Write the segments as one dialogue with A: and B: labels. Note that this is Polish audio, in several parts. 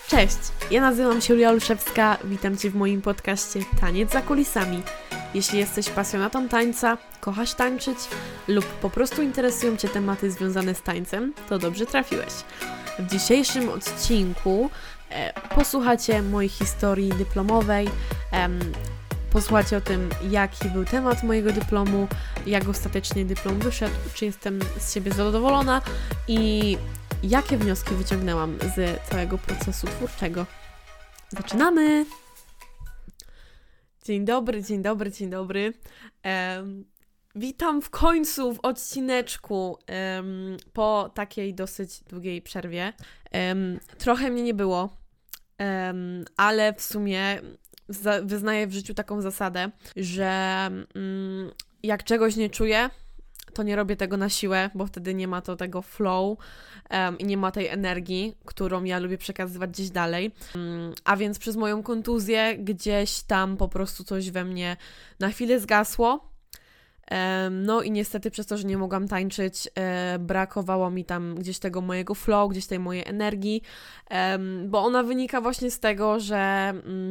A: Cześć, ja nazywam się Julia Olszewska, witam Cię w moim podcaście Taniec za kulisami. Jeśli jesteś pasjonatą tańca, kochasz tańczyć lub po prostu interesują Cię tematy związane z tańcem, to dobrze trafiłeś. W dzisiejszym odcinku posłuchacie mojej historii dyplomowej, posłuchacie o tym, jaki był temat mojego dyplomu, jak ostatecznie dyplom wyszedł, czy jestem z siebie zadowolona i jakie wnioski wyciągnęłam z całego procesu twórczego. Zaczynamy! Dzień dobry. Witam w końcu w odcineczku po takiej dosyć długiej przerwie. Trochę mnie nie było, ale w sumie wyznaję w życiu taką zasadę, że jak czegoś nie czuję, to nie robię tego na siłę, bo wtedy nie ma tego flow i nie ma tej energii, którą ja lubię przekazywać gdzieś dalej. A więc przez moją kontuzję gdzieś tam po prostu coś we mnie na chwilę zgasło. No i niestety przez to, że nie mogłam tańczyć, brakowało mi tam gdzieś tego mojego flow, gdzieś tej mojej energii, bo ona wynika właśnie z tego, że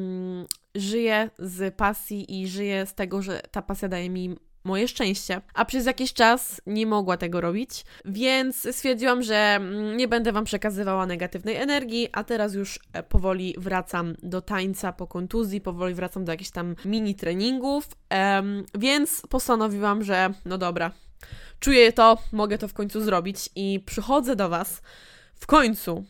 A: żyję z pasji i żyję z tego, że ta pasja daje mi moje szczęście, a przez jakiś czas nie mogła tego robić, więc stwierdziłam, że nie będę Wam przekazywała negatywnej energii, a teraz już powoli wracam do tańca po kontuzji, powoli wracam do jakichś tam mini treningów, więc postanowiłam, że no dobra, czuję to, mogę to w końcu zrobić i przychodzę do Was w końcu.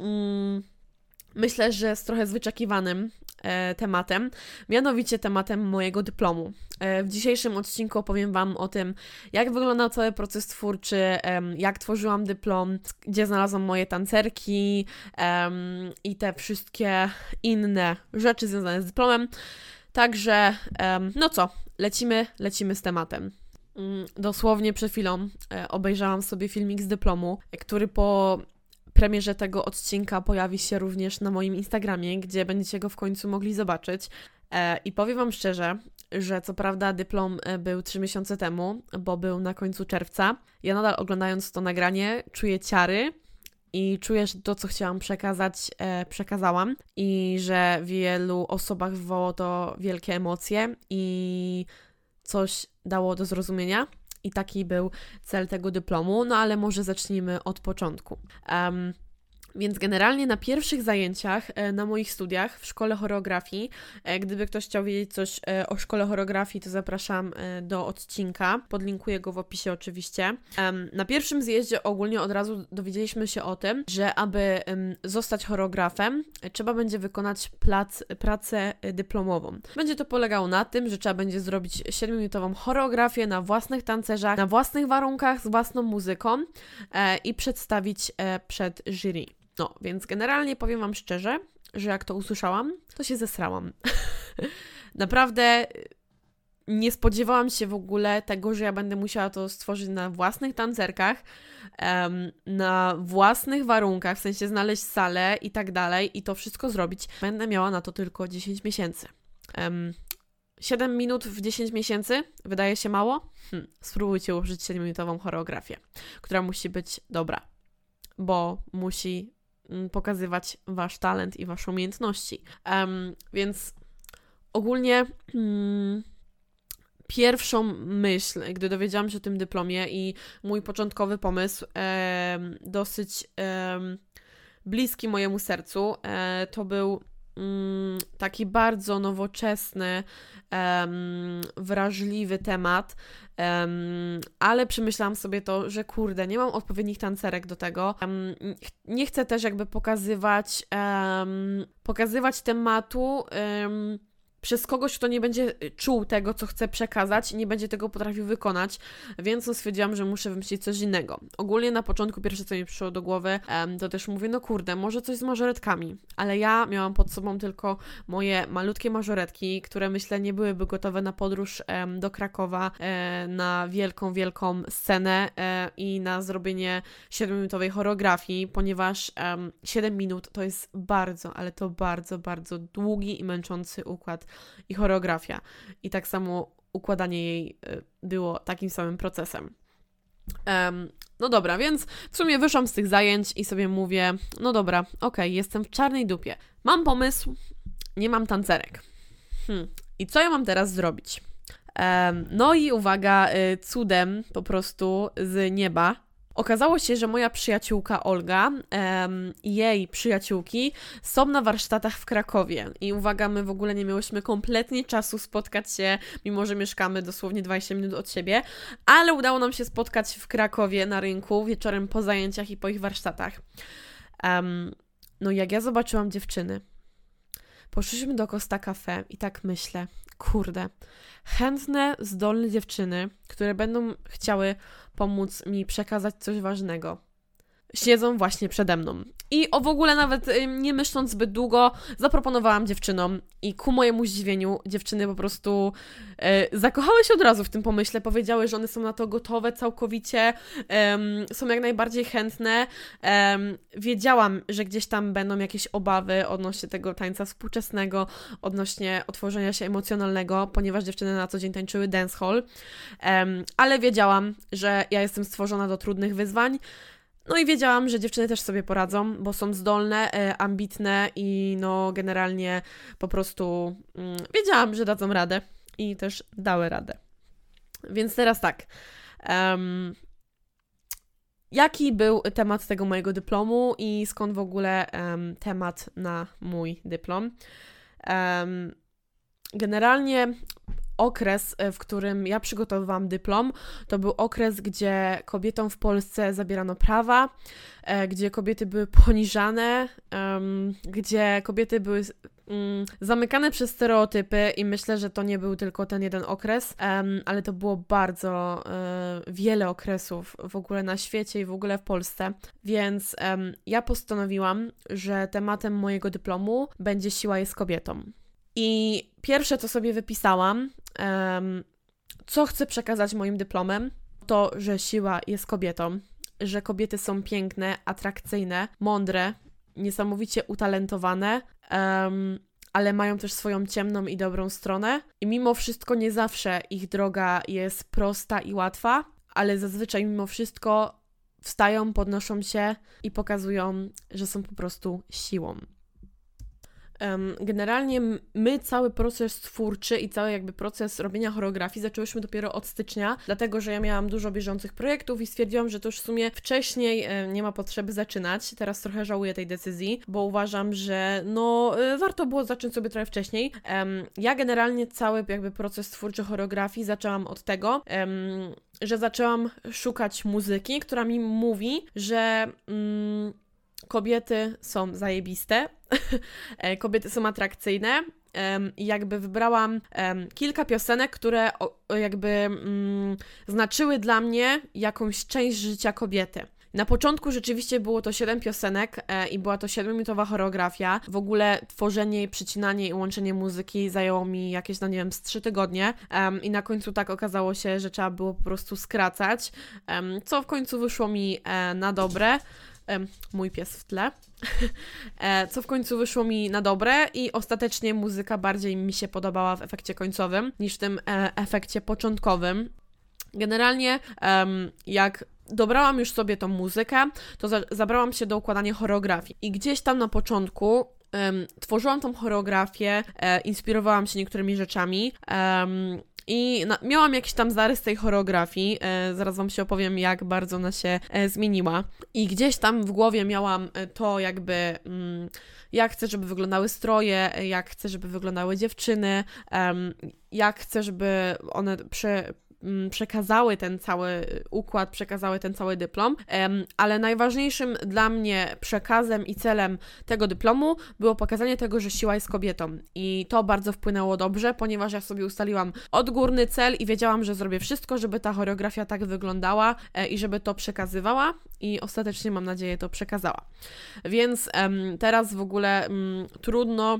A: Myślę, że z trochę wyczekiwanym tematem, mianowicie tematem mojego dyplomu. W dzisiejszym odcinku opowiem Wam o tym, jak wyglądał cały proces twórczy, jak tworzyłam dyplom, gdzie znalazłam moje tancerki i te wszystkie inne rzeczy związane z dyplomem. Także, no co, lecimy z tematem. Dosłownie przed chwilą obejrzałam sobie filmik z dyplomu, który po premierze tego odcinka pojawi się również na moim Instagramie, gdzie będziecie go w końcu mogli zobaczyć. I powiem Wam szczerze, że co prawda dyplom był 3 miesiące temu, bo był na końcu czerwca. Ja nadal oglądając to nagranie czuję ciary i czuję, że to, co chciałam przekazać, przekazałam i że w wielu osobach wywołało to wielkie emocje i coś dało do zrozumienia. I taki był cel tego dyplomu, no ale może zacznijmy od początku. Więc generalnie na pierwszych zajęciach na moich studiach w szkole choreografii, gdyby ktoś chciał wiedzieć coś o szkole choreografii, to zapraszam do odcinka, podlinkuję go w opisie oczywiście. Na pierwszym zjeździe ogólnie od razu dowiedzieliśmy się o tym, że aby zostać choreografem, trzeba będzie wykonać pracę dyplomową. Będzie to polegało na tym, że trzeba będzie zrobić 7-minutową choreografię na własnych tancerzach, na własnych warunkach, z własną muzyką i przedstawić przed jury. No, więc generalnie powiem Wam szczerze, że jak to usłyszałam, to się zesrałam. Naprawdę nie spodziewałam się w ogóle tego, że ja będę musiała to stworzyć na własnych tancerkach, na własnych warunkach, w sensie znaleźć salę i tak dalej i to wszystko zrobić. Będę miała na to tylko 10 miesięcy. 7 minut w 10 miesięcy? Wydaje się mało? Spróbujcie użyć 7-minutową choreografię, która musi być dobra, bo musi pokazywać Wasz talent i Wasze umiejętności. Więc ogólnie pierwszą myśl, gdy dowiedziałam się o tym dyplomie i mój początkowy pomysł, dosyć bliski mojemu sercu, to był taki bardzo nowoczesny, wrażliwy temat, ale przemyślałam sobie to, że kurde, nie mam odpowiednich tancerek do tego. Nie chcę też jakby pokazywać tematu przez kogoś, kto nie będzie czuł tego, co chcę przekazać i nie będzie tego potrafił wykonać, więc stwierdziłam, że muszę wymyślić coś innego. Ogólnie na początku pierwsze, co mi przyszło do głowy, to też mówię, no kurde, może coś z mażoretkami, ale ja miałam pod sobą tylko moje malutkie mażoretki, które myślę nie byłyby gotowe na podróż do Krakowa, na wielką scenę i na zrobienie 7-minutowej choreografii, ponieważ 7 minut to jest bardzo, ale to bardzo, bardzo długi i męczący układ i choreografia. I tak samo układanie jej było takim samym procesem. No dobra, więc w sumie wyszłam z tych zajęć i sobie mówię, no dobra, okej, jestem w czarnej dupie. Mam pomysł, nie mam tancerek. I co ja mam teraz zrobić? No i uwaga, cudem po prostu z nieba okazało się, że moja przyjaciółka Olga i jej przyjaciółki są na warsztatach w Krakowie. I uwaga, my w ogóle nie miałyśmy kompletnie czasu spotkać się, mimo że mieszkamy dosłownie 20 minut od siebie, ale udało nam się spotkać w Krakowie na rynku wieczorem po zajęciach i po ich warsztatach. No jak ja zobaczyłam dziewczyny, poszliśmy do Costa Cafe i tak myślę, kurde, chętne, zdolne dziewczyny, które będą chciały pomóc mi przekazać coś ważnego, siedzą właśnie przede mną. I w ogóle nawet nie myśląc zbyt długo, zaproponowałam dziewczynom i ku mojemu zdziwieniu dziewczyny po prostu zakochały się od razu w tym pomyśle, powiedziały, że one są na to gotowe całkowicie, są jak najbardziej chętne. Wiedziałam, że gdzieś tam będą jakieś obawy odnośnie tego tańca współczesnego, odnośnie otworzenia się emocjonalnego, ponieważ dziewczyny na co dzień tańczyły dancehall, ale wiedziałam, że ja jestem stworzona do trudnych wyzwań. No i wiedziałam, że dziewczyny też sobie poradzą, bo są zdolne, ambitne i no generalnie po prostu wiedziałam, że dadzą radę i też dały radę. Więc teraz tak. Jaki był temat tego mojego dyplomu i skąd w ogóle temat na mój dyplom? Generalnie okres, w którym ja przygotowywałam dyplom, to był okres, gdzie kobietom w Polsce zabierano prawa, gdzie kobiety były poniżane, gdzie kobiety były zamykane przez stereotypy i myślę, że to nie był tylko ten jeden okres, ale to było bardzo wiele okresów w ogóle na świecie i w ogóle w Polsce, więc ja postanowiłam, że tematem mojego dyplomu będzie siła jest kobietą. I pierwsze, co sobie wypisałam, co chcę przekazać moim dyplomem, to, że siła jest kobietą, że kobiety są piękne, atrakcyjne, mądre, niesamowicie utalentowane, ale mają też swoją ciemną i dobrą stronę. I mimo wszystko nie zawsze ich droga jest prosta i łatwa, ale zazwyczaj mimo wszystko wstają, podnoszą się i pokazują, że są po prostu siłą. Generalnie my cały proces twórczy i cały jakby proces robienia choreografii zaczęłyśmy dopiero od stycznia, dlatego, że ja miałam dużo bieżących projektów i stwierdziłam, że to już w sumie wcześniej nie ma potrzeby zaczynać. Teraz trochę żałuję tej decyzji, bo uważam, że warto było zacząć sobie trochę wcześniej. Ja generalnie cały jakby proces twórczy choreografii zaczęłam od tego, że zaczęłam szukać muzyki, która mi mówi, że kobiety są zajebiste, kobiety są atrakcyjne i jakby wybrałam kilka piosenek, które jakby znaczyły dla mnie jakąś część życia kobiety. Na początku rzeczywiście było to 7 piosenek i była to 7-minutowa choreografia. W ogóle tworzenie, przycinanie i łączenie muzyki zajęło mi jakieś, nie wiem, z 3 tygodnie i na końcu tak okazało się, że trzeba było po prostu skracać, co w końcu wyszło mi na dobre. Mój pies w tle, co w końcu wyszło mi na dobre i ostatecznie muzyka bardziej mi się podobała w efekcie końcowym niż w tym efekcie początkowym. Generalnie jak dobrałam już sobie tą muzykę, to zabrałam się do układania choreografii i gdzieś tam na początku tworzyłam tą choreografię, inspirowałam się niektórymi rzeczami, i miałam jakiś tam zarys tej choreografii, zaraz Wam się opowiem, jak bardzo ona się zmieniła. I gdzieś tam w głowie miałam to jakby, jak chcę, żeby wyglądały stroje, jak chcę, żeby wyglądały dziewczyny, jak chcę, żeby one przekazały ten cały układ, przekazały ten cały dyplom, ale najważniejszym dla mnie przekazem i celem tego dyplomu było pokazanie tego, że siła jest kobietą i to bardzo wpłynęło dobrze, ponieważ ja sobie ustaliłam odgórny cel i wiedziałam, że zrobię wszystko, żeby ta choreografia tak wyglądała i żeby to przekazywała i ostatecznie, mam nadzieję, to przekazała. Więc teraz w ogóle trudno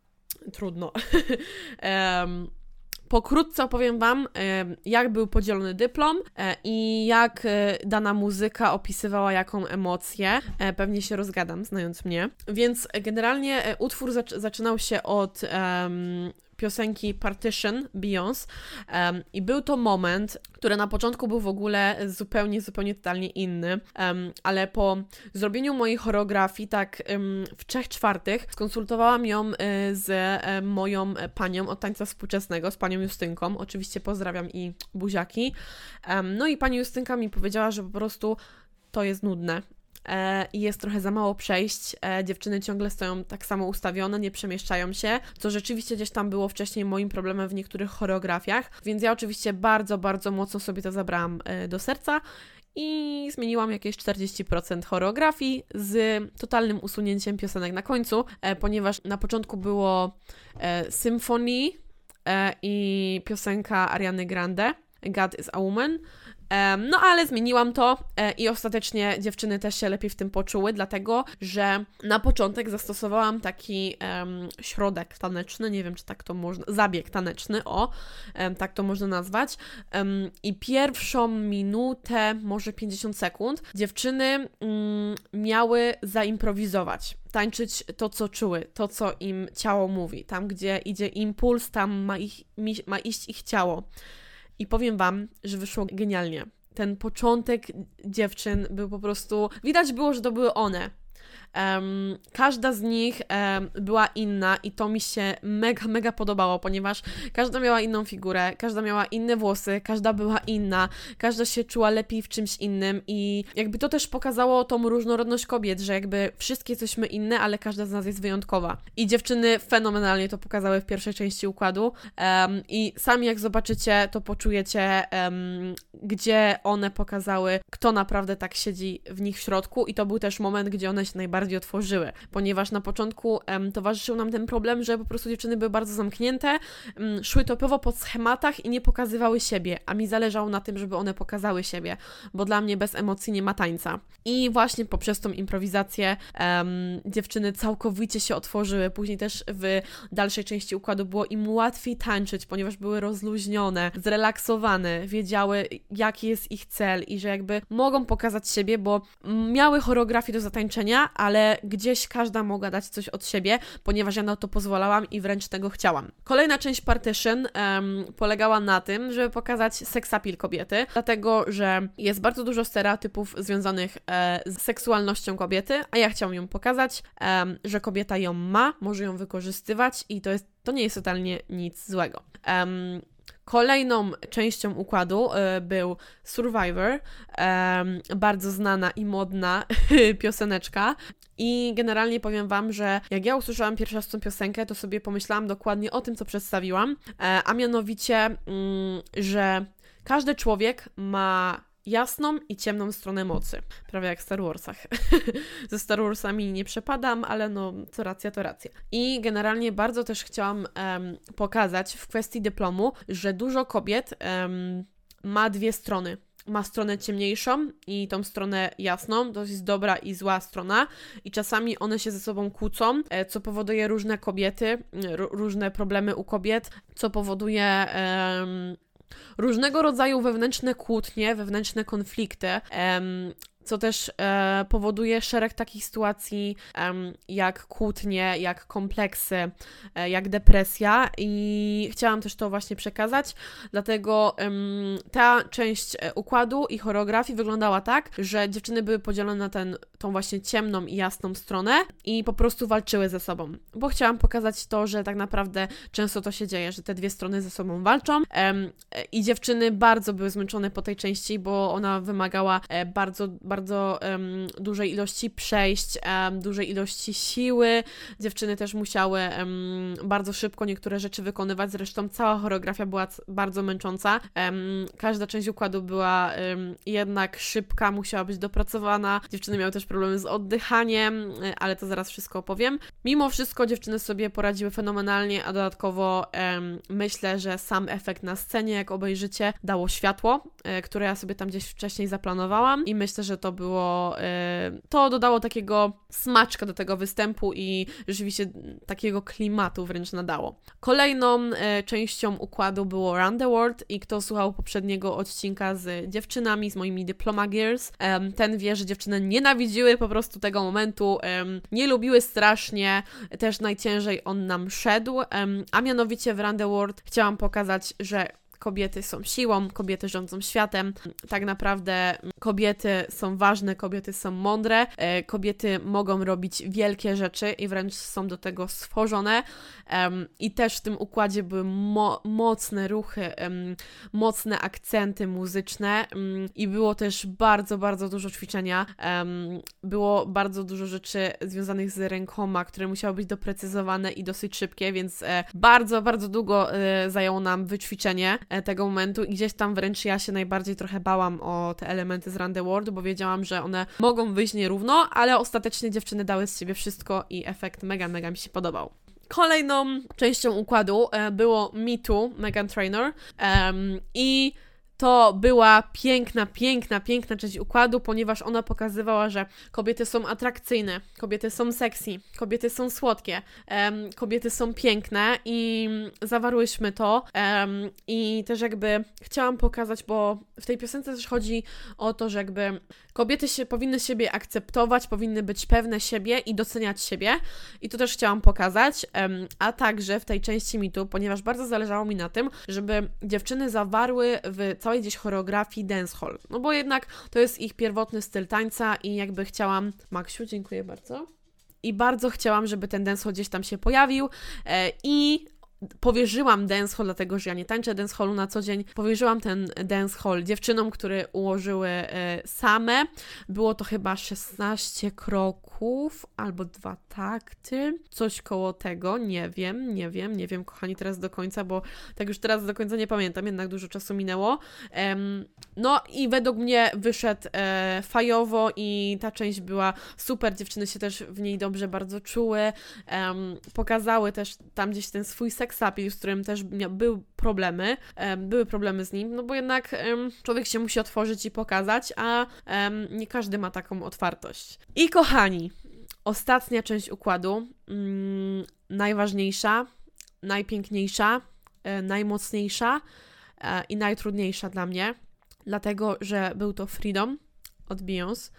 A: pokrótce opowiem Wam, jak był podzielony dyplom i jak dana muzyka opisywała jaką emocję. Pewnie się rozgadam, znając mnie. Więc generalnie utwór zaczynał się od piosenki Partition Beyoncé i był to moment, który na początku był w ogóle zupełnie totalnie inny, ale po zrobieniu mojej choreografii tak w 3/4 skonsultowałam ją z moją panią od tańca współczesnego, z panią Justynką, oczywiście pozdrawiam i buziaki. No i pani Justynka mi powiedziała, że po prostu to jest nudne. I jest trochę za mało przejść, dziewczyny ciągle stoją tak samo ustawione, nie przemieszczają się, co rzeczywiście gdzieś tam było wcześniej moim problemem w niektórych choreografiach, więc ja oczywiście bardzo mocno sobie to zabrałam do serca i zmieniłam jakieś 40% choreografii z totalnym usunięciem piosenek na końcu, ponieważ na początku było Symphony i piosenka Ariany Grande, God is a Woman. No ale zmieniłam to i ostatecznie dziewczyny też się lepiej w tym poczuły, dlatego, że na początek zastosowałam taki środek taneczny, nie wiem, czy tak to można, zabieg taneczny, tak to można nazwać, i pierwszą minutę, może 50 sekund, dziewczyny miały zaimprowizować, tańczyć to, co czuły, to, co im ciało mówi, tam, gdzie idzie impuls, tam ma iść ich ciało. I powiem Wam, że wyszło genialnie. Ten początek dziewczyn był po prostu... Widać było, że to były one. Każda z nich była inna i to mi się mega podobało, ponieważ każda miała inną figurę, każda miała inne włosy, każda była inna, każda się czuła lepiej w czymś innym i jakby to też pokazało tą różnorodność kobiet, że jakby wszystkie jesteśmy inne, ale każda z nas jest wyjątkowa. I dziewczyny fenomenalnie to pokazały w pierwszej części układu i sami jak zobaczycie, to poczujecie, gdzie one pokazały, kto naprawdę tak siedzi w nich w środku i to był też moment, gdzie one się najbardziej otworzyły, ponieważ na początku towarzyszył nam ten problem, że po prostu dziewczyny były bardzo zamknięte, szły topowo po schematach i nie pokazywały siebie, a mi zależało na tym, żeby one pokazały siebie, bo dla mnie bez emocji nie ma tańca. I właśnie poprzez tą improwizację dziewczyny całkowicie się otworzyły, później też w dalszej części układu było im łatwiej tańczyć, ponieważ były rozluźnione, zrelaksowane, wiedziały jaki jest ich cel i że jakby mogą pokazać siebie, bo miały choreografię do zatańczenia, ale gdzieś każda mogła dać coś od siebie, ponieważ ja na to pozwalałam i wręcz tego chciałam. Kolejna część Partition polegała na tym, żeby pokazać sex appeal kobiety, dlatego, że jest bardzo dużo stereotypów związanych z seksualnością kobiety, a ja chciałam ją pokazać, że kobieta ją ma, może ją wykorzystywać i to nie jest totalnie nic złego. Kolejną częścią układu był Survivor, bardzo znana i modna pioseneczka i generalnie powiem Wam, że jak ja usłyszałam pierwszy raz tą piosenkę, to sobie pomyślałam dokładnie o tym, co przedstawiłam, a mianowicie, że każdy człowiek ma jasną i ciemną stronę mocy. Prawie jak w Star Warsach. Ze Star Warsami nie przepadam, ale no, co racja, to racja. I generalnie bardzo też chciałam pokazać w kwestii dyplomu, że dużo kobiet ma dwie strony. Ma stronę ciemniejszą i tą stronę jasną, to jest dobra i zła strona i czasami one się ze sobą kłócą, co powoduje różne kobiety, różne problemy u kobiet, co powoduje różnego rodzaju wewnętrzne kłótnie, wewnętrzne konflikty, co też powoduje szereg takich sytuacji jak kłótnie, jak kompleksy, jak depresja i chciałam też to właśnie przekazać, dlatego ta część układu i choreografii wyglądała tak, że dziewczyny były podzielone na tą właśnie ciemną i jasną stronę i po prostu walczyły ze sobą, bo chciałam pokazać to, że tak naprawdę często to się dzieje, że te dwie strony ze sobą walczą i dziewczyny bardzo były zmęczone po tej części, bo ona wymagała bardzo dużej ilości przejść, dużej ilości siły. Dziewczyny też musiały bardzo szybko niektóre rzeczy wykonywać, zresztą cała choreografia była bardzo męcząca. Każda część układu była jednak szybka, musiała być dopracowana. Dziewczyny miały też problemy z oddychaniem, ale to zaraz wszystko opowiem. Mimo wszystko dziewczyny sobie poradziły fenomenalnie, a dodatkowo myślę, że sam efekt na scenie, jak obejrzycie, dało światło, które ja sobie tam gdzieś wcześniej zaplanowałam i myślę, że to było, to dodało takiego smaczka do tego występu i rzeczywiście takiego klimatu wręcz nadało. Kolejną częścią układu było Run the World i kto słuchał poprzedniego odcinka z dziewczynami, z moimi Diploma Girls, ten wie, że dziewczyny nienawidziły po prostu tego momentu, nie lubiły strasznie, też najciężej on nam szedł, a mianowicie w Run the World chciałam pokazać, że kobiety są siłą, kobiety rządzą światem. Tak naprawdę kobiety są ważne, kobiety są mądre, kobiety mogą robić wielkie rzeczy i wręcz są do tego stworzone. I też w tym układzie były mocne ruchy, mocne akcenty muzyczne i było też bardzo, bardzo dużo ćwiczenia. Było bardzo dużo rzeczy związanych z rękoma, które musiały być doprecyzowane i dosyć szybkie, więc bardzo, bardzo długo zajęło nam wyćwiczenie tego momentu i gdzieś tam wręcz ja się najbardziej trochę bałam o te elementy z Run the World, bo wiedziałam, że one mogą wyjść nierówno, ale ostatecznie dziewczyny dały z siebie wszystko i efekt mega, mega mi się podobał. Kolejną częścią układu było Me Too, Meghan Trainor i to była piękna część układu, ponieważ ona pokazywała, że kobiety są atrakcyjne, kobiety są sexy, kobiety są słodkie, kobiety są piękne i zawarłyśmy to i też jakby chciałam pokazać, bo w tej piosence też chodzi o to, że jakby kobiety powinny siebie akceptować, powinny być pewne siebie i doceniać siebie i to też chciałam pokazać, a także w tej części mitu, ponieważ bardzo zależało mi na tym, żeby dziewczyny zawarły w całej gdzieś choreografii dancehall, no bo jednak to jest ich pierwotny styl tańca i jakby chciałam... Maksiu, dziękuję bardzo. I bardzo chciałam, żeby ten dancehall gdzieś tam się pojawił i powierzyłam dancehall, dlatego że ja nie tańczę dancehallu na co dzień, powierzyłam ten dancehall dziewczynom, które ułożyły same. Było to chyba 16 kroków albo 2 takty, coś koło tego, nie wiem, kochani, teraz do końca, bo tak już teraz do końca nie pamiętam, jednak dużo czasu minęło. No i według mnie wyszedł fajowo i ta część była super, dziewczyny się też w niej dobrze bardzo czuły, pokazały też tam gdzieś ten swój sex appeal, z którym też były problemy z nim, no bo jednak człowiek się musi otworzyć i pokazać, a nie każdy ma taką otwartość. I kochani, ostatnia część układu, najważniejsza, najpiękniejsza, najmocniejsza i najtrudniejsza dla mnie, dlatego, że był to Freedom od Beyoncé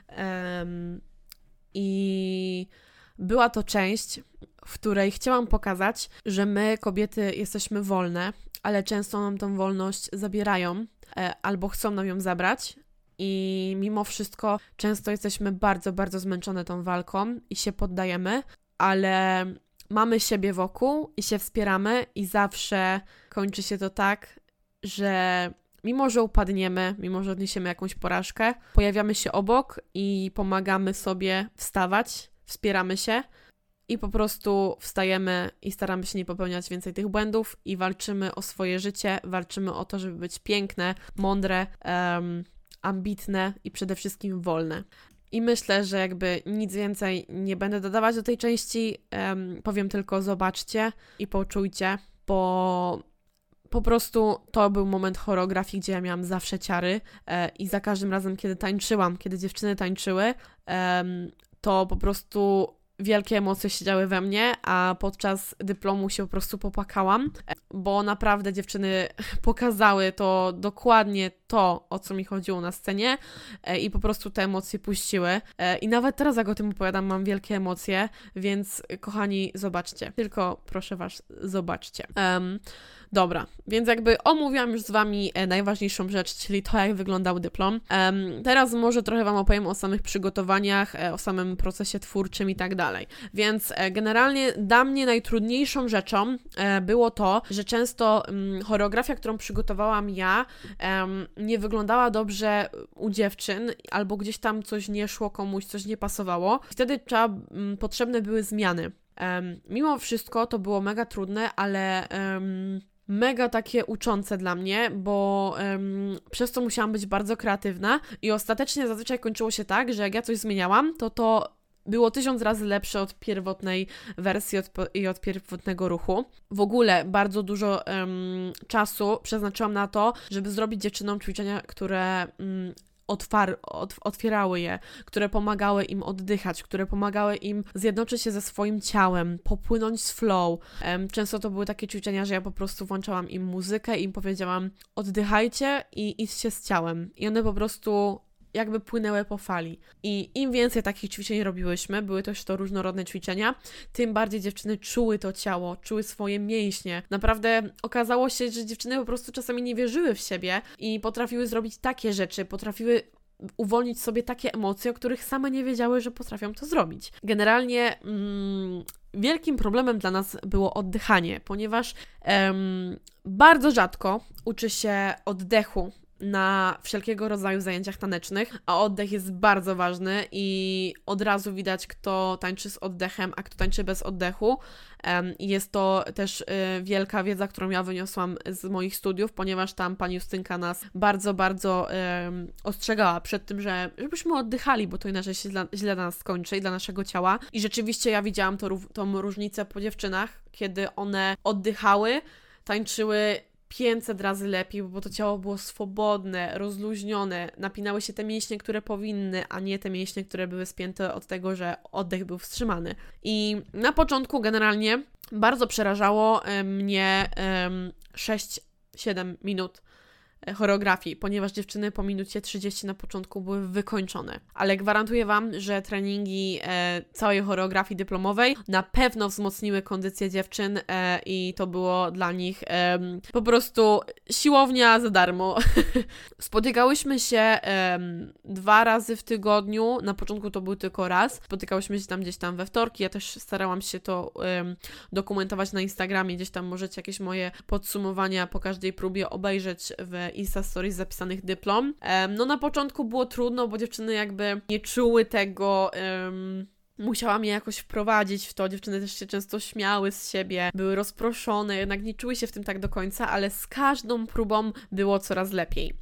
A: i była to część, w której chciałam pokazać, że my, kobiety, jesteśmy wolne, ale często nam tą wolność zabierają albo chcą nam ją zabrać i mimo wszystko często jesteśmy bardzo, bardzo zmęczone tą walką i się poddajemy, ale mamy siebie wokół i się wspieramy i zawsze kończy się to tak, że mimo że upadniemy, mimo że odniesiemy jakąś porażkę, pojawiamy się obok i pomagamy sobie wstawać, wspieramy się i po prostu wstajemy i staramy się nie popełniać więcej tych błędów i walczymy o swoje życie, walczymy o to, żeby być piękne, mądre, ambitne i przede wszystkim wolne. I myślę, że jakby nic więcej nie będę dodawać do tej części, powiem tylko zobaczcie i poczujcie, bo po prostu to był moment choreografii, gdzie ja miałam zawsze ciary i za każdym razem, kiedy tańczyłam, kiedy dziewczyny tańczyły, to po prostu wielkie emocje siedziały we mnie, a podczas dyplomu się po prostu popłakałam, bo naprawdę dziewczyny pokazały to dokładnie to, o co mi chodziło na scenie i po prostu te emocje puściły. I nawet teraz, jak o tym opowiadam, mam wielkie emocje, więc kochani, zobaczcie. Tylko proszę was, zobaczcie. Dobra, więc jakby omówiłam już z wami najważniejszą rzecz, czyli to, jak wyglądał dyplom. Teraz może trochę wam opowiem o samych przygotowaniach, o samym procesie twórczym i tak dalej. Więc generalnie dla mnie najtrudniejszą rzeczą było to, że często choreografia, którą przygotowałam ja, nie wyglądała dobrze u dziewczyn, albo gdzieś tam coś nie szło komuś, coś nie pasowało. Wtedy potrzebne były zmiany. Mimo wszystko to było mega trudne, ale mega takie uczące dla mnie, bo przez to musiałam być bardzo kreatywna i ostatecznie zazwyczaj kończyło się tak, że jak ja coś zmieniałam, to było 1000 razy lepsze od pierwotnej wersji i od pierwotnego ruchu. W ogóle bardzo dużo czasu przeznaczyłam na to, żeby zrobić dziewczynom ćwiczenia, które otwierały je, które pomagały im oddychać, które pomagały im zjednoczyć się ze swoim ciałem, popłynąć z flow. Często to były takie ćwiczenia, że ja po prostu włączałam im muzykę i im powiedziałam: oddychajcie i idźcie z ciałem. I one po prostu jakby płynęły po fali. I im więcej takich ćwiczeń robiłyśmy, były też to różnorodne ćwiczenia, tym bardziej dziewczyny czuły to ciało, czuły swoje mięśnie. Naprawdę okazało się, że dziewczyny po prostu czasami nie wierzyły w siebie i potrafiły zrobić takie rzeczy, potrafiły uwolnić sobie takie emocje, o których same nie wiedziały, że potrafią to zrobić. Generalnie wielkim problemem dla nas było oddychanie, ponieważ bardzo rzadko uczy się oddechu na wszelkiego rodzaju zajęciach tanecznych, a oddech jest bardzo ważny i od razu widać, kto tańczy z oddechem, a kto tańczy bez oddechu. Jest to też wielka wiedza, którą ja wyniosłam z moich studiów, ponieważ tam pani Justynka nas bardzo, bardzo ostrzegała przed tym, żebyśmy oddychali, bo to inaczej się źle dla nas skończy i dla naszego ciała. I rzeczywiście ja widziałam tą różnicę po dziewczynach, kiedy one oddychały, tańczyły 500 razy lepiej, bo to ciało było swobodne, rozluźnione, napinały się te mięśnie, które powinny, a nie te mięśnie, które były spięte od tego, że oddech był wstrzymany. I na początku generalnie bardzo przerażało mnie 6-7 minut choreografii, ponieważ dziewczyny po minucie 30 na początku były wykończone. Ale gwarantuję Wam, że treningi całej choreografii dyplomowej na pewno wzmocniły kondycję dziewczyn i to było dla nich po prostu siłownia za darmo. Spotykałyśmy się 2 razy w tygodniu, na początku to był tylko raz. Spotykałyśmy się tam gdzieś tam we wtorki, ja też starałam się to dokumentować na Instagramie, gdzieś tam możecie jakieś moje podsumowania po każdej próbie obejrzeć w Insta Stories zapisanych dyplom. No na początku było trudno, bo dziewczyny jakby nie czuły tego, musiałam je jakoś wprowadzić w to, dziewczyny też się często śmiały z siebie, były rozproszone, jednak nie czuły się w tym tak do końca, ale z każdą próbą było coraz lepiej.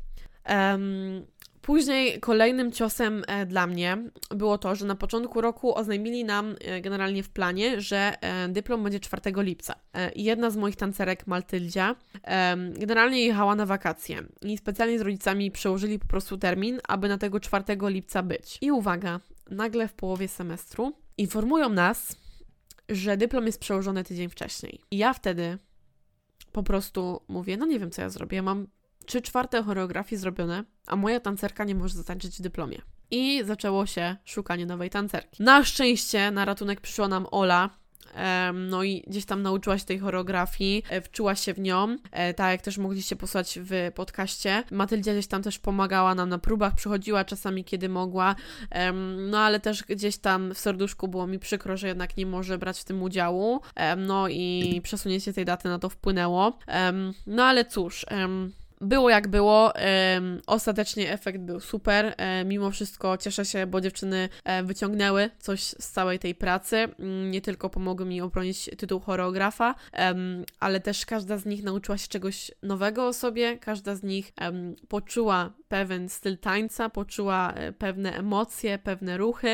A: Później kolejnym ciosem dla mnie było to, że na początku roku oznajmili nam generalnie w planie, że dyplom będzie 4 lipca. I jedna z moich tancerek, Maltyldzia, generalnie jechała na wakacje i specjalnie z rodzicami przełożyli po prostu termin, aby na tego 4 lipca być. I uwaga, nagle w połowie semestru informują nas, że dyplom jest przełożony tydzień wcześniej. I ja wtedy po prostu mówię, no nie wiem co ja zrobię, ja mam 3/4 choreografii zrobione, a moja tancerka nie może zatańczyć w dyplomie. I zaczęło się szukanie nowej tancerki. Na szczęście na ratunek przyszła nam Ola, no i gdzieś tam nauczyła się tej choreografii, wczuła się w nią, tak jak też mogliście posłuchać w podcaście. Matyldzia gdzieś tam też pomagała nam na próbach, przychodziła czasami kiedy mogła, no ale też gdzieś tam w serduszku było mi przykro, że jednak nie może brać w tym udziału, no i przesunięcie tej daty na to wpłynęło, no ale cóż, było jak było, ostatecznie efekt był super, mimo wszystko cieszę się, bo dziewczyny wyciągnęły coś z całej tej pracy, nie tylko pomogły mi obronić tytuł choreografa, ale też każda z nich nauczyła się czegoś nowego o sobie, każda z nich poczuła pewien styl tańca, poczuła pewne emocje, pewne ruchy,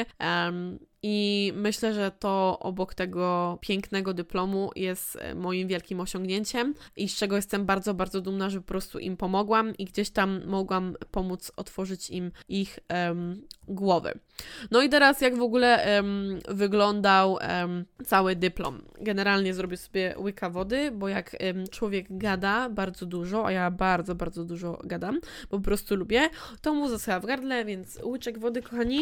A: i myślę, że to obok tego pięknego dyplomu jest moim wielkim osiągnięciem i z czego jestem bardzo, bardzo dumna, że po prostu im pomogłam i gdzieś tam mogłam pomóc otworzyć im ich głowy. No i teraz jak w ogóle wyglądał cały dyplom. Generalnie zrobię sobie łyka wody, bo jak człowiek gada bardzo dużo, a ja bardzo, bardzo dużo gadam, bo po prostu lubię, to mu zasycha w gardle, więc łyczek wody, kochani.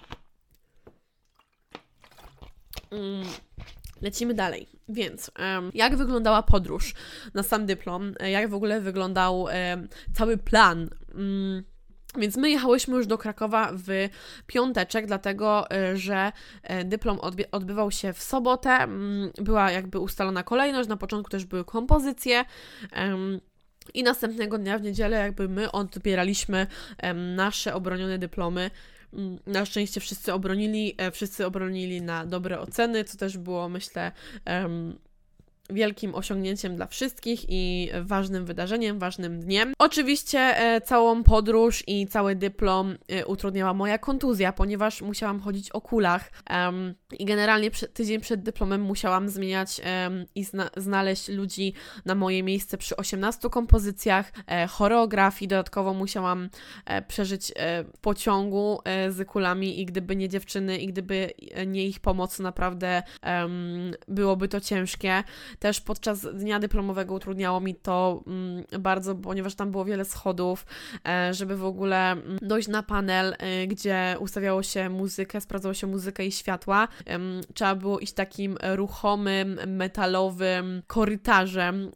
A: Lecimy dalej. Więc jak wyglądała podróż na sam dyplom? Jak w ogóle wyglądał cały plan? Więc my jechałyśmy już do Krakowa w piąteczek, dlatego, że dyplom odbywał się w sobotę. Była jakby ustalona kolejność, na początku też były kompozycje. I następnego dnia w niedzielę jakby my odbieraliśmy nasze obronione dyplomy. Na szczęście wszyscy obronili na dobre oceny, co też było, myślę, wielkim osiągnięciem dla wszystkich i ważnym wydarzeniem, ważnym dniem. Oczywiście całą podróż i cały dyplom utrudniała moja kontuzja, ponieważ musiałam chodzić o kulach i generalnie tydzień przed dyplomem musiałam zmieniać i znaleźć ludzi na moje miejsce przy 18 kompozycjach, choreografii, dodatkowo musiałam przeżyć w pociągu z kulami i gdyby nie dziewczyny i gdyby nie ich pomoc, naprawdę byłoby to ciężkie. Też podczas dnia dyplomowego utrudniało mi to bardzo, ponieważ tam było wiele schodów, żeby w ogóle dojść na panel, gdzie ustawiało się muzykę, sprawdzało się muzykę i światła. Trzeba było iść takim ruchomym, metalowym korytarzem,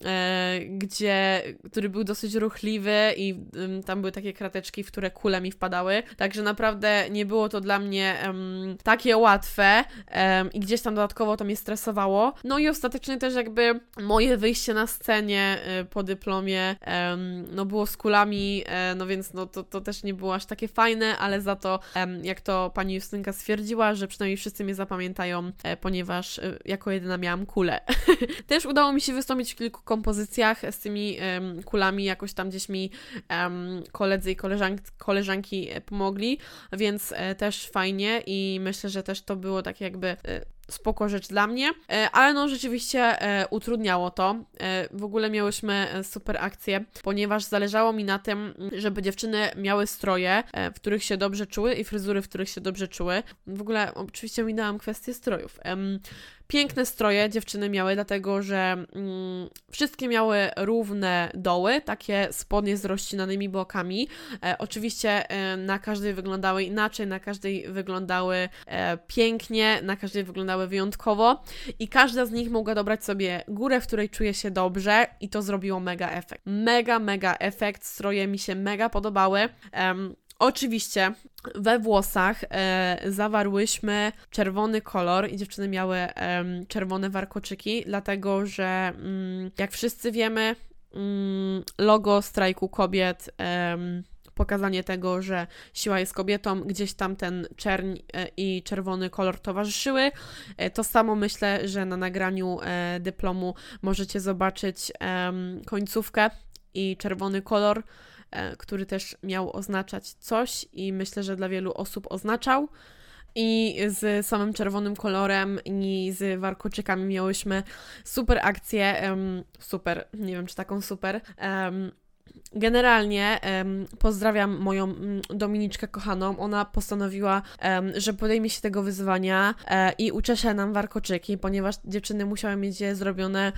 A: który był dosyć ruchliwy i tam były takie krateczki, w które kule mi wpadały. Także naprawdę nie było to dla mnie takie łatwe i gdzieś tam dodatkowo to mnie stresowało. No i ostatecznie też jakby moje wyjście na scenie po dyplomie było z kulami, no więc to też nie było aż takie fajne, ale za to jak to pani Justynka stwierdziła, że przynajmniej wszyscy mnie zapamiętają, ponieważ jako jedyna miałam kulę. Też udało mi się wystąpić w kilku kompozycjach z tymi kulami, jakoś tam gdzieś mi koledzy i koleżanki pomogli, więc też fajnie i myślę, że też to było tak jakby spoko rzecz dla mnie, ale no rzeczywiście utrudniało to. W ogóle miałyśmy super akcję, ponieważ zależało mi na tym, żeby dziewczyny miały stroje, w których się dobrze czuły i fryzury, w których się dobrze czuły. W ogóle oczywiście minęłam kwestię strojów. Piękne stroje dziewczyny miały, dlatego że wszystkie miały równe doły, takie spodnie z rozcinanymi bokami. Oczywiście na każdej wyglądały inaczej, na każdej wyglądały pięknie, na każdej wyglądały wyjątkowo i każda z nich mogła dobrać sobie górę, w której czuje się dobrze i to zrobiło mega efekt. Mega efekt, stroje mi się mega podobały. Oczywiście we włosach zawarłyśmy czerwony kolor i dziewczyny miały czerwone warkoczyki, dlatego że jak wszyscy wiemy, logo strajku kobiet, pokazanie tego, że siła jest kobietą, gdzieś tam ten czerń i czerwony kolor towarzyszyły. To samo myślę, że na nagraniu dyplomu możecie zobaczyć końcówkę i czerwony kolor, który też miał oznaczać coś i myślę, że dla wielu osób oznaczał. I z samym czerwonym kolorem i z warkoczykami miałyśmy super akcję, nie wiem czy taką super. Generalnie pozdrawiam moją Dominiczkę kochaną, ona postanowiła, że podejmie się tego wyzwania i uczesze nam warkoczyki, ponieważ dziewczyny musiały mieć je zrobione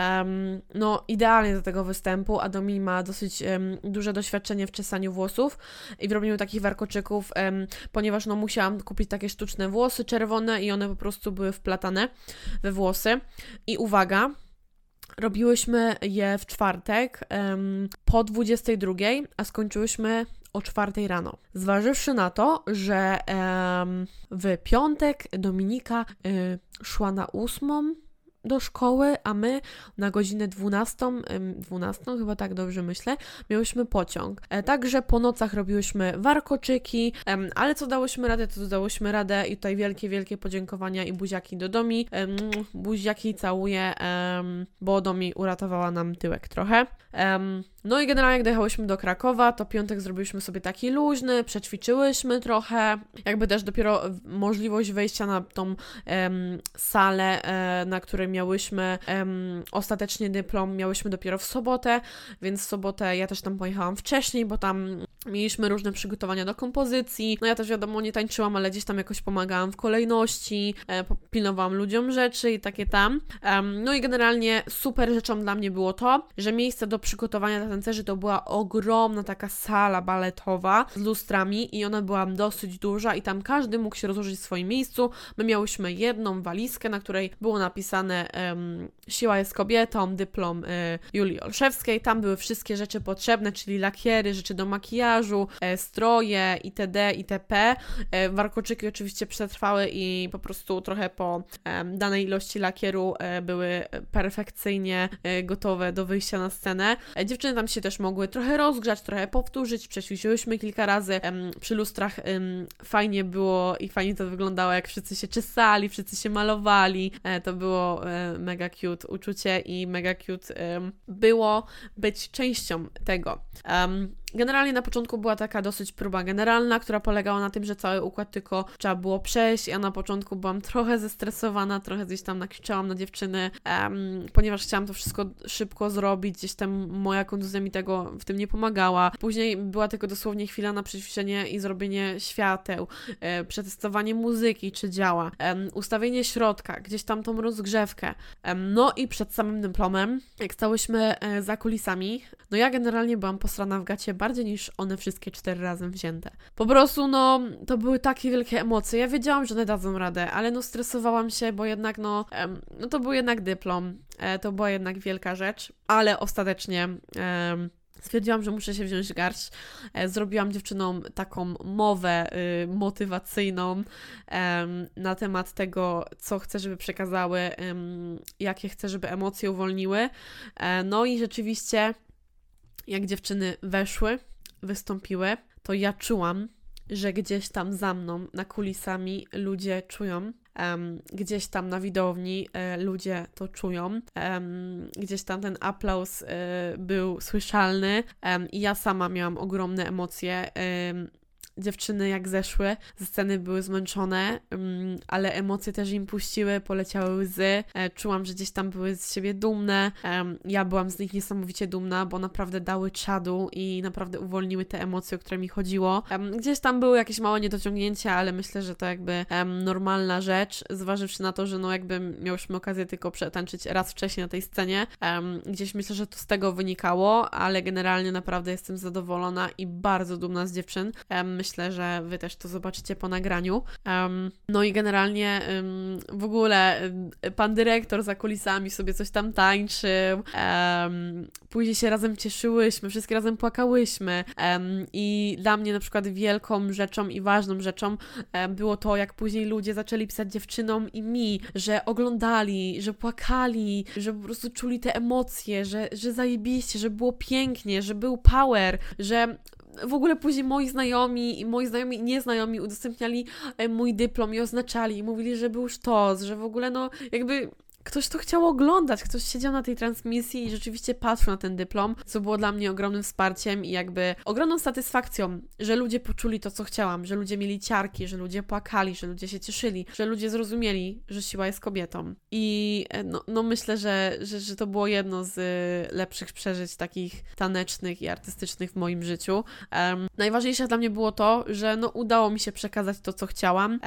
A: idealnie do tego występu, a Domi ma dosyć duże doświadczenie w czesaniu włosów i w robieniu takich warkoczyków, ponieważ musiałam kupić takie sztuczne włosy czerwone i one po prostu były wplatane we włosy i uwaga, robiłyśmy je w czwartek po 22, a skończyłyśmy o 4 rano. Zważywszy na to, że w piątek Dominika szła na 8 do szkoły, a my na godzinę 12, chyba tak dobrze myślę, miałyśmy pociąg. Także po nocach robiłyśmy warkoczyki, ale co dałyśmy radę, to dałyśmy radę i tutaj wielkie podziękowania i buziaki do Domi. Buziaki całuję, bo Domi uratowała nam tyłek trochę. No i generalnie jak dojechałyśmy do Krakowa, to piątek zrobiliśmy sobie taki luźny, przećwiczyłyśmy trochę, jakby też dopiero możliwość wejścia na tą salę, na której miałyśmy ostatecznie dyplom, miałyśmy dopiero w sobotę, więc w sobotę ja też tam pojechałam wcześniej, bo tam mieliśmy różne przygotowania do kompozycji, no ja też wiadomo nie tańczyłam, ale gdzieś tam jakoś pomagałam w kolejności, pilnowałam ludziom rzeczy i takie tam. No i generalnie super rzeczą dla mnie było to, że miejsce do przygotowania dla tancerzy to była ogromna taka sala baletowa z lustrami i ona była dosyć duża i tam każdy mógł się rozłożyć w swoim miejscu. My miałyśmy jedną walizkę, na której było napisane Siła jest kobietą, dyplom Julii Olszewskiej. Tam były wszystkie rzeczy potrzebne, czyli lakiery, rzeczy do makijażu, makijażu, stroje itd. itp. Warkoczyki oczywiście przetrwały i po prostu trochę po danej ilości lakieru były perfekcyjnie gotowe do wyjścia na scenę. Dziewczyny tam się też mogły trochę rozgrzać, trochę powtórzyć, przećwiczyłyśmy kilka razy. Przy lustrach fajnie było i fajnie to wyglądało, jak wszyscy się czesali, wszyscy się malowali. To było mega cute uczucie i mega cute było być częścią tego. Generalnie na początku była taka dosyć próba generalna, która polegała na tym, że cały układ tylko trzeba było przejść. Ja na początku byłam trochę zestresowana, trochę gdzieś tam nakrzyczałam na dziewczyny, ponieważ chciałam to wszystko szybko zrobić, gdzieś tam moja kontuzja mi tego w tym nie pomagała. Później była tylko dosłownie chwila na przećwiczenie i zrobienie świateł, przetestowanie muzyki, czy działa, ustawienie środka, gdzieś tam tą rozgrzewkę. No i przed samym dyplomem, jak stałyśmy za kulisami, no ja generalnie byłam posrana w gacie bardziej niż one wszystkie 4 razem wzięte. Po prostu, no, to były takie wielkie emocje. Ja wiedziałam, że one dadzą radę, ale no stresowałam się, bo jednak, no to był jednak dyplom. To była jednak wielka rzecz, ale ostatecznie stwierdziłam, że muszę się wziąć w garść. Zrobiłam dziewczynom taką mowę motywacyjną na temat tego, co chcę, żeby przekazały, jakie chcę, żeby emocje uwolniły. No i rzeczywiście, jak dziewczyny weszły, wystąpiły, to ja czułam, że gdzieś tam za mną, na kulisami ludzie czują, gdzieś tam na widowni ludzie to czują, gdzieś tam ten aplauz był słyszalny i ja sama miałam ogromne emocje. Dziewczyny jak zeszły ze sceny były zmęczone, ale emocje też im puściły, poleciały łzy. Czułam, że gdzieś tam były z siebie dumne. Ja byłam z nich niesamowicie dumna, bo naprawdę dały czadu i naprawdę uwolniły te emocje, o które mi chodziło. Gdzieś tam były jakieś małe niedociągnięcia, ale myślę, że to jakby normalna rzecz, zważywszy na to, że no jakby miałyśmy okazję tylko przetańczyć raz wcześniej na tej scenie. Gdzieś myślę, że to z tego wynikało, ale generalnie naprawdę jestem zadowolona i bardzo dumna z dziewczyn. Myślę, że Wy też to zobaczycie po nagraniu. No i generalnie w ogóle pan dyrektor za kulisami sobie coś tam tańczył. Później się razem cieszyłyśmy, wszystkie razem płakałyśmy. I dla mnie na przykład wielką rzeczą i ważną rzeczą było to, jak później ludzie zaczęli pisać dziewczynom i mi, że oglądali, że płakali, że po prostu czuli te emocje, że zajebiście, że było pięknie, że był power, że w ogóle później moi znajomi i nieznajomi udostępniali mój dyplom i oznaczali i mówili, że był sztos, że w ogóle no jakby ktoś to chciał oglądać, ktoś siedział na tej transmisji i rzeczywiście patrzył na ten dyplom, co było dla mnie ogromnym wsparciem i jakby ogromną satysfakcją, że ludzie poczuli to, co chciałam, że ludzie mieli ciarki, że ludzie płakali, że ludzie się cieszyli, że ludzie zrozumieli, że siła jest kobietą. I no myślę, że to było jedno z lepszych przeżyć takich tanecznych i artystycznych w moim życiu. Najważniejsze dla mnie było to, że no udało mi się przekazać to, co chciałam,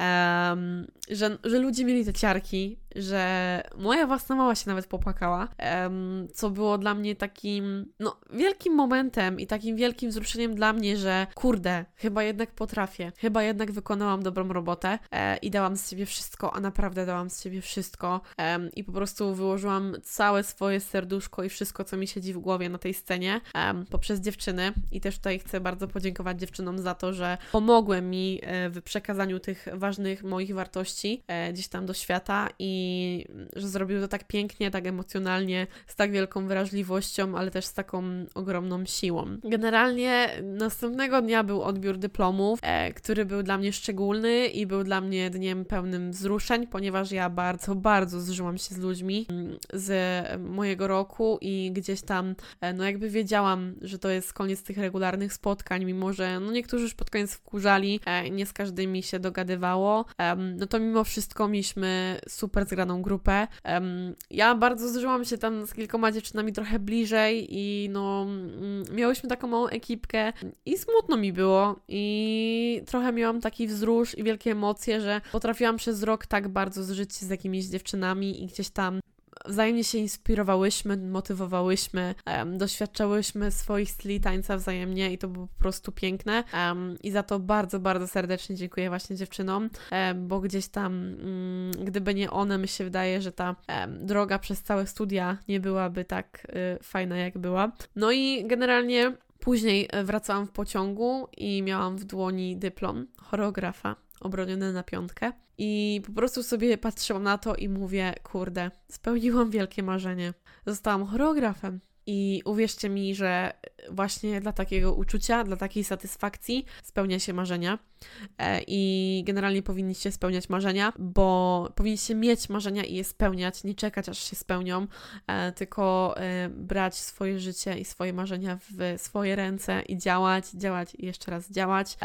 A: że ludzie mieli te ciarki, że moja własna mama się nawet popłakała, co było dla mnie takim, no, wielkim momentem i takim wielkim wzruszeniem dla mnie, że kurde, chyba jednak potrafię, chyba jednak wykonałam dobrą robotę i dałam z siebie wszystko, a naprawdę dałam z siebie wszystko i po prostu wyłożyłam całe swoje serduszko i wszystko, co mi siedzi w głowie na tej scenie poprzez dziewczyny i też tutaj chcę bardzo podziękować dziewczynom za to, że pomogły mi w przekazaniu tych ważnych moich wartości gdzieś tam do świata i że zrobiły to tak pięknie, tak emocjonalnie, z tak wielką wrażliwością, ale też z taką ogromną siłą. Generalnie następnego dnia był odbiór dyplomów, który był dla mnie szczególny i był dla mnie dniem pełnym wzruszeń, ponieważ ja bardzo, bardzo zżyłam się z ludźmi z mojego roku i gdzieś tam, no jakby wiedziałam, że to jest koniec tych regularnych spotkań, mimo że no niektórzy już pod koniec wkurzali, nie z każdymi się dogadywało, no to mimo wszystko mieliśmy super zgraną grupę. Ja bardzo zżyłam się tam z kilkoma dziewczynami trochę bliżej i no miałyśmy taką małą ekipkę i smutno mi było i trochę miałam taki wzrusz i wielkie emocje, że potrafiłam przez rok tak bardzo zżyć się z jakimiś dziewczynami i gdzieś tam wzajemnie się inspirowałyśmy, motywowałyśmy, doświadczałyśmy swoich styli tańca wzajemnie i to było po prostu piękne i za to bardzo, bardzo serdecznie dziękuję właśnie dziewczynom, bo gdzieś tam gdyby nie one, mi się wydaje, że ta droga przez całe studia nie byłaby tak fajna jak była. No i generalnie Później wracałam w pociągu i miałam w dłoni dyplom choreografa obroniony na 5 i po prostu sobie patrzyłam na to i mówię, kurde, spełniłam wielkie marzenie. Zostałam choreografem. I uwierzcie mi, że właśnie dla takiego uczucia, dla takiej satysfakcji spełnia się marzenia. I generalnie powinniście spełniać marzenia, bo powinniście mieć marzenia i je spełniać, nie czekać aż się spełnią, tylko brać swoje życie i swoje marzenia w swoje ręce i działać i jeszcze raz działać,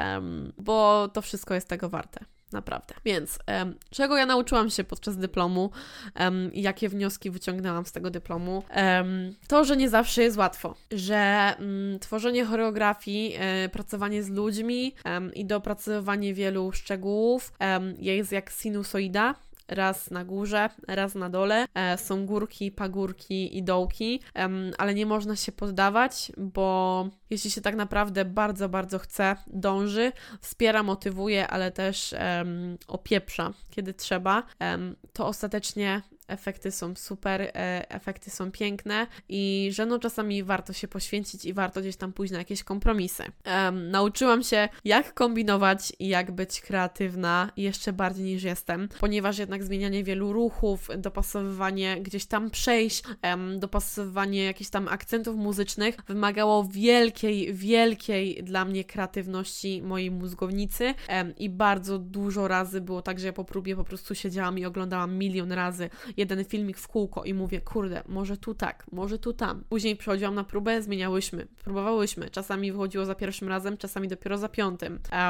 A: bo to wszystko jest tego warte. Naprawdę. Więc czego ja nauczyłam się podczas dyplomu i jakie wnioski wyciągnęłam z tego dyplomu? To, że nie zawsze jest łatwo, że tworzenie choreografii, pracowanie z ludźmi i dopracowywanie wielu szczegółów jest jak sinusoida. Raz na górze, raz na dole. Są górki, pagórki i dołki, ale nie można się poddawać, bo jeśli się tak naprawdę bardzo, bardzo chce, dąży, wspiera, motywuje, ale też opieprza, kiedy trzeba, to ostatecznie efekty są super, efekty są piękne i że no czasami warto się poświęcić i warto gdzieś tam pójść na jakieś kompromisy. Nauczyłam się, jak kombinować i jak być kreatywna jeszcze bardziej niż jestem, ponieważ jednak zmienianie wielu ruchów, dopasowywanie gdzieś tam przejść, dopasowywanie jakichś tam akcentów muzycznych wymagało wielkiej dla mnie kreatywności mojej mózgownicy i bardzo dużo razy było tak, że ja po próbie po prostu siedziałam i oglądałam milion razy jeden filmik w kółko i mówię, kurde, może tu tak, może tu tam. Później przychodziłam na próbę, próbowałyśmy. Czasami wychodziło za pierwszym razem, czasami dopiero za 5.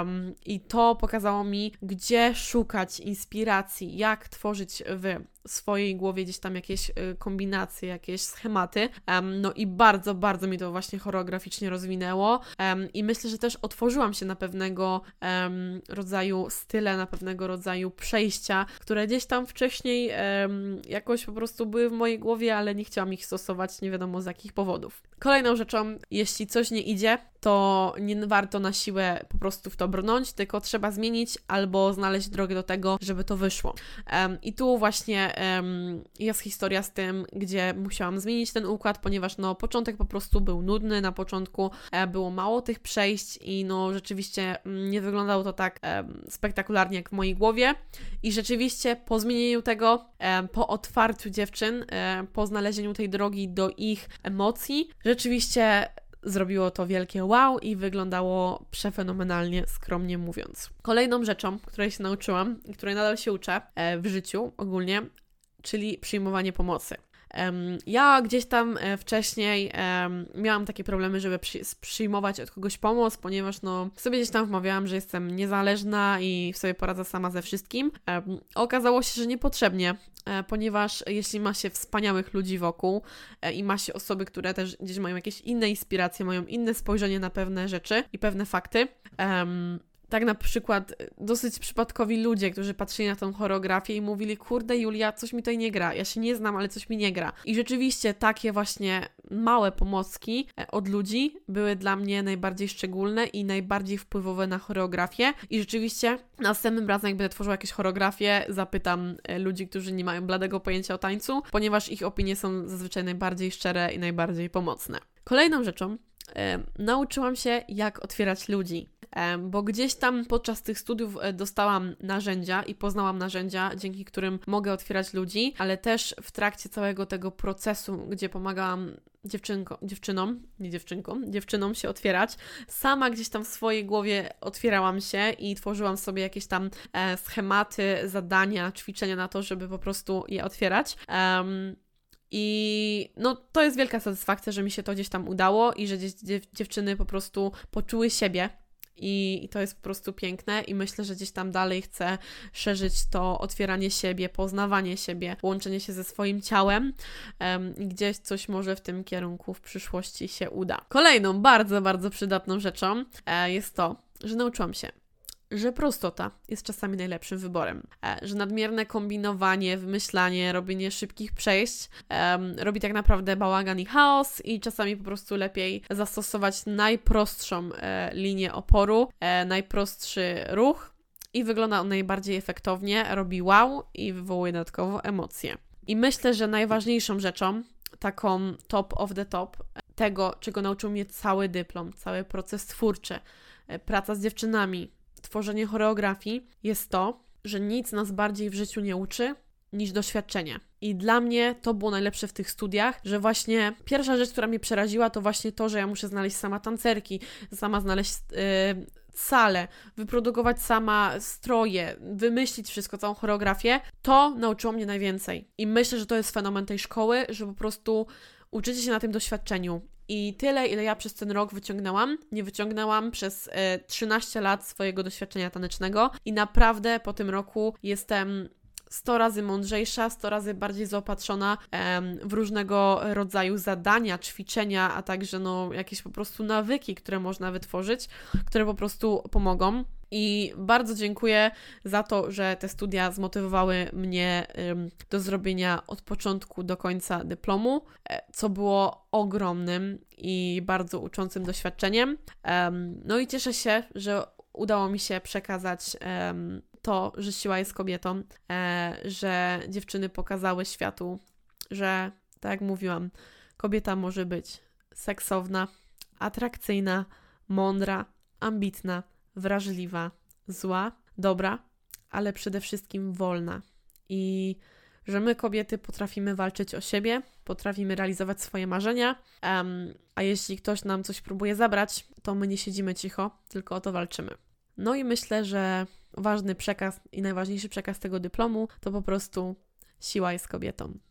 A: I to pokazało mi, gdzie szukać inspiracji, jak tworzyć w swojej głowie gdzieś tam jakieś kombinacje, jakieś schematy. No i bardzo, bardzo mi to właśnie choreograficznie rozwinęło i myślę, że też otworzyłam się na pewnego rodzaju style, na pewnego rodzaju przejścia, które gdzieś tam wcześniej jakoś po prostu były w mojej głowie, ale nie chciałam ich stosować, nie wiadomo z jakich powodów. Kolejną rzeczą, jeśli coś nie idzie, to nie warto na siłę po prostu w to brnąć, tylko trzeba zmienić albo znaleźć drogę do tego, żeby to wyszło. I tu właśnie jest historia z tym, gdzie musiałam zmienić ten układ, ponieważ no początek po prostu był nudny, na początku było mało tych przejść i no rzeczywiście nie wyglądało to tak spektakularnie jak w mojej głowie i rzeczywiście po zmienieniu tego, po otwarciu dziewczyn, po znalezieniu tej drogi do ich emocji, rzeczywiście zrobiło to wielkie wow i wyglądało przefenomenalnie, skromnie mówiąc. Kolejną rzeczą, której się nauczyłam i której nadal się uczę w życiu ogólnie, czyli przyjmowanie pomocy. Ja gdzieś tam wcześniej miałam takie problemy, żeby przyjmować od kogoś pomoc, ponieważ no sobie gdzieś tam wmawiałam, że jestem niezależna i sobie poradzę sama ze wszystkim. Okazało się, że niepotrzebnie, ponieważ jeśli ma się wspaniałych ludzi wokół i ma się osoby, które też gdzieś mają jakieś inne inspiracje, mają inne spojrzenie na pewne rzeczy i pewne fakty, tak na przykład dosyć przypadkowi ludzie, którzy patrzyli na tą choreografię i mówili, kurde Julia, coś mi tutaj nie gra, ja się nie znam, ale coś mi nie gra. I rzeczywiście takie właśnie małe pomocki od ludzi były dla mnie najbardziej szczególne i najbardziej wpływowe na choreografię i rzeczywiście następnym razem, jak będę tworzyła jakieś choreografie, zapytam ludzi, którzy nie mają bladego pojęcia o tańcu, ponieważ ich opinie są zazwyczaj najbardziej szczere i najbardziej pomocne. Kolejną rzeczą nauczyłam się, jak otwierać ludzi. Bo gdzieś tam podczas tych studiów dostałam narzędzia i poznałam narzędzia, dzięki którym mogę otwierać ludzi, ale też w trakcie całego tego procesu, gdzie pomagałam dziewczynom się otwierać, sama gdzieś tam w swojej głowie otwierałam się i tworzyłam sobie jakieś tam schematy, zadania, ćwiczenia na to, żeby po prostu je otwierać. I no to jest wielka satysfakcja, że mi się to gdzieś tam udało i że dziewczyny po prostu poczuły siebie. I to jest po prostu piękne i myślę, że gdzieś tam dalej chcę szerzyć to otwieranie siebie, poznawanie siebie, łączenie się ze swoim ciałem i gdzieś coś może w tym kierunku w przyszłości się uda. Kolejną bardzo, bardzo przydatną rzeczą jest to, że nauczyłam się, że prostota jest czasami najlepszym wyborem, że nadmierne kombinowanie, wymyślanie, robienie szybkich przejść robi tak naprawdę bałagan i chaos i czasami po prostu lepiej zastosować najprostszą linię oporu, najprostszy ruch i wygląda on najbardziej efektownie, robi wow i wywołuje dodatkowo emocje. I myślę, że najważniejszą rzeczą, taką top of the top, tego, czego nauczył mnie cały dyplom, cały proces twórczy, praca z dziewczynami, tworzenie choreografii, jest to, że nic nas bardziej w życiu nie uczy niż doświadczenie. I dla mnie to było najlepsze w tych studiach, że właśnie pierwsza rzecz, która mnie przeraziła, to właśnie to, że ja muszę znaleźć sama tancerki, sama znaleźć salę, wyprodukować sama stroje, wymyślić wszystko, całą choreografię. To nauczyło mnie najwięcej. I myślę, że to jest fenomen tej szkoły, że po prostu uczycie się na tym doświadczeniu. I tyle, ile ja przez ten rok wyciągnęłam, nie wyciągnęłam przez 13 lat swojego doświadczenia tanecznego i naprawdę po tym roku jestem 100 razy mądrzejsza, 100 razy bardziej zaopatrzona w różnego rodzaju zadania, ćwiczenia, a także jakieś po prostu nawyki, które można wytworzyć, które po prostu pomogą. I bardzo dziękuję za to, że te studia zmotywowały mnie do zrobienia od początku do końca dyplomu, co było ogromnym i bardzo uczącym doświadczeniem. No i cieszę się, że udało mi się przekazać to, że siła jest kobietą, że dziewczyny pokazały światu, że, tak jak mówiłam, kobieta może być seksowna, atrakcyjna, mądra, ambitna, wrażliwa, zła, dobra, ale przede wszystkim wolna. I że my, kobiety, potrafimy walczyć o siebie, potrafimy realizować swoje marzenia, a jeśli ktoś nam coś próbuje zabrać, to my nie siedzimy cicho, tylko o to walczymy. No i myślę, że ważny przekaz i najważniejszy przekaz tego dyplomu to po prostu siła jest kobietą.